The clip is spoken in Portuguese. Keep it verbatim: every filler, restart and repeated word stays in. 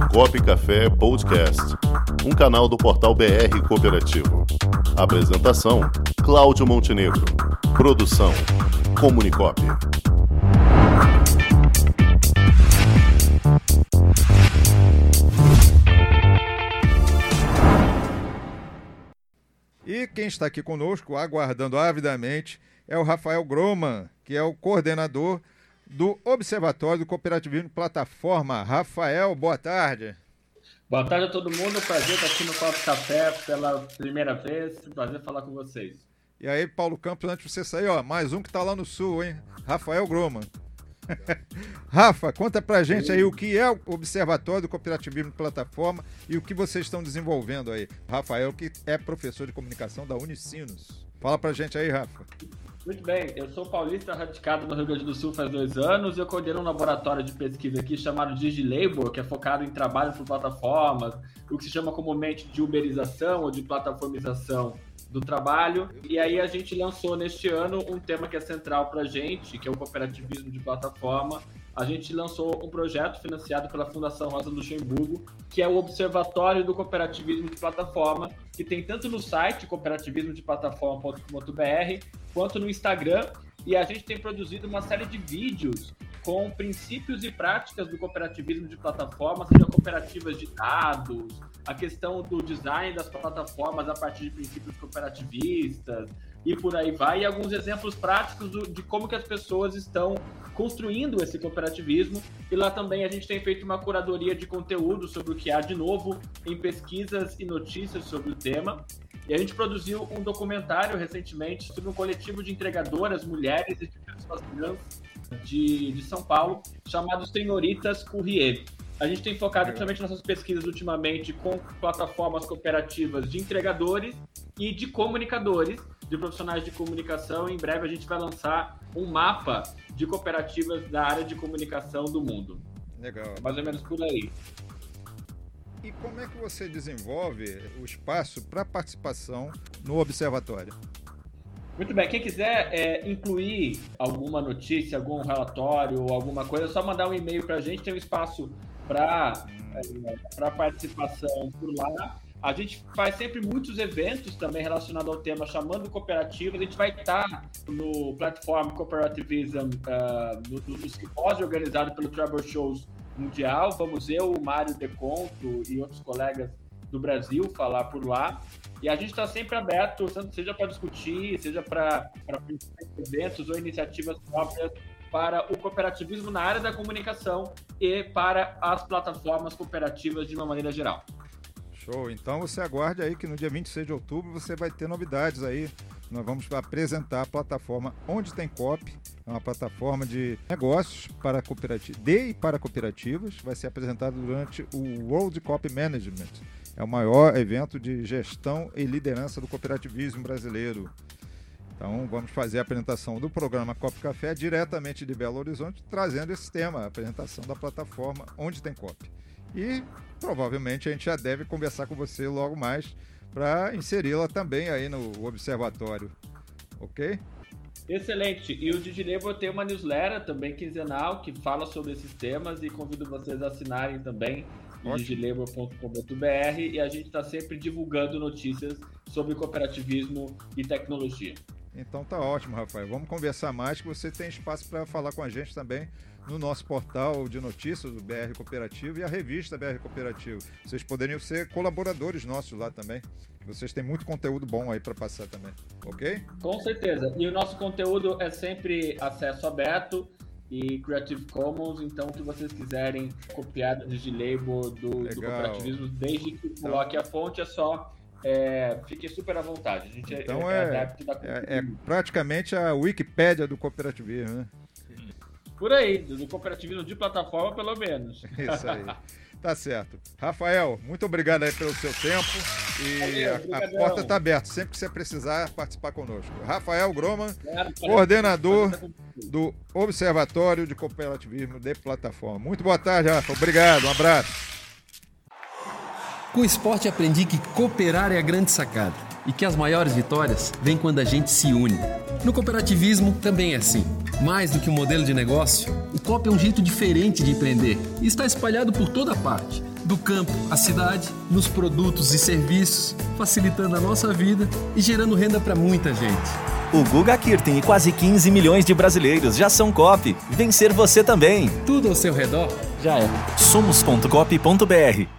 Copa e Café Podcast, um canal do portal B R Cooperativo. Apresentação, Cláudio Montenegro. Produção, Comunicop. E quem está aqui conosco, aguardando avidamente, é o Rafael Groman, que é o coordenador do Observatório do Cooperativismo Plataforma. Rafael, boa tarde. Boa tarde a todo mundo, prazer estar aqui no Copa Café pela primeira vez, prazer falar com vocês. E aí, Paulo Campos, antes de você sair, ó, mais um que está lá no sul, hein? Rafael Groman. Rafa, conta pra gente aí o que é o Observatório do Cooperativismo Plataforma e o que vocês estão desenvolvendo aí. Rafael, que é professor de comunicação da Unicinos. Fala pra gente aí, Rafa. Muito bem, eu sou paulista radicado no Rio Grande do Sul faz dois anos e eu coordeno um laboratório de pesquisa aqui chamado DigiLabor, que é focado em trabalho por plataformas, o que se chama comumente de uberização ou de plataformização do trabalho. E aí a gente lançou neste ano um tema que é central para a gente, que é o cooperativismo de plataforma. A gente lançou um projeto financiado pela Fundação Rosa Luxemburgo, que é o Observatório do Cooperativismo de Plataforma, que tem tanto no site cooperativismo de plataforma ponto com ponto b r, quanto no Instagram. E a gente tem produzido uma série de vídeos com princípios e práticas do cooperativismo de plataforma, seja cooperativas de dados, a questão do design das plataformas a partir de princípios cooperativistas e por aí vai, e alguns exemplos práticos do, de como que as pessoas estão construindo esse cooperativismo. E lá também a gente tem feito uma curadoria de conteúdo sobre o que há de novo em pesquisas e notícias sobre o tema. E a gente produziu um documentário recentemente sobre um coletivo de entregadoras, mulheres e de pessoas trans de, de São Paulo, chamado Senhoritas Courrier. A gente tem focado principalmente nossas pesquisas ultimamente com plataformas cooperativas de entregadores e de comunicadores, de profissionais de comunicação. Em breve a gente vai lançar um mapa de cooperativas da área de comunicação do mundo. Legal. Mais ou menos por aí. E como é que você desenvolve o espaço para participação no observatório? Muito bem, quem quiser é, incluir alguma notícia, algum relatório, alguma coisa, é só mandar um e-mail para a gente, tem um espaço para é, participação por lá. A gente faz sempre muitos eventos também relacionados ao tema, chamando cooperativas. A gente vai estar no Platform Cooperativism, uh, no, no simpósio organizado pelo Trevor Shows Mundial. Vamos eu, o Mário Deconto e outros colegas do Brasil falar por lá. E a gente está sempre aberto, seja para discutir, seja para eventos ou iniciativas próprias para o cooperativismo na área da comunicação e para as plataformas cooperativas de uma maneira geral. Show! Então você aguarde aí que no dia vinte e seis de outubro você vai ter novidades aí. Nós vamos apresentar a plataforma Onde Tem Coop, é uma plataforma de negócios para cooperativas, de e para cooperativas. Vai ser apresentada durante o World Coop Management. É o maior evento de gestão e liderança do cooperativismo brasileiro. Então vamos fazer a apresentação do programa Copa Café diretamente de Belo Horizonte, trazendo esse tema, a apresentação da plataforma Onde Tem Coop. E provavelmente a gente já deve conversar com você logo mais para inseri-la também aí no observatório, ok? Excelente, e o DigiLabor tem uma newsletter também quinzenal que fala sobre esses temas e convido vocês a assinarem também digilabor ponto com ponto b r e a gente está sempre divulgando notícias sobre cooperativismo e tecnologia. Então tá ótimo, Rafael. Vamos conversar mais, que você tem espaço para falar com a gente também no nosso portal de notícias do B R Cooperativo e a revista B R Cooperativo. Vocês poderiam ser colaboradores nossos lá também. Vocês têm muito conteúdo bom aí para passar também, ok? Com certeza. E o nosso conteúdo é sempre acesso aberto e Creative Commons, então o que vocês quiserem copiar do DigiLabor, do, do cooperativismo, desde que coloque então a fonte, é só é, fiquem super à vontade. A gente então é, é, é adepto da é, é praticamente a Wikipédia do cooperativismo, né? Por aí, do cooperativismo de plataforma, pelo menos. Isso aí. Tá certo. Rafael, muito obrigado aí pelo seu tempo e Valeu, a, a porta está aberta, sempre que você precisar participar conosco. Rafael Groman, claro, coordenador do Observatório de Cooperativismo de Plataforma. Muito boa tarde, Rafa. Obrigado, um abraço. Com o esporte aprendi que cooperar é a grande sacada e que as maiores vitórias vêm quando a gente se une. No cooperativismo também é assim. Mais do que um modelo de negócio, o Coop é um jeito diferente de empreender e está espalhado por toda parte, Do campo à cidade, nos produtos e serviços, facilitando a nossa vida e gerando renda para muita gente. O Guga Kirten e quase quinze milhões de brasileiros já são Coop. Vem ser você também. Tudo ao seu redor já é. Somos ponto coop ponto br.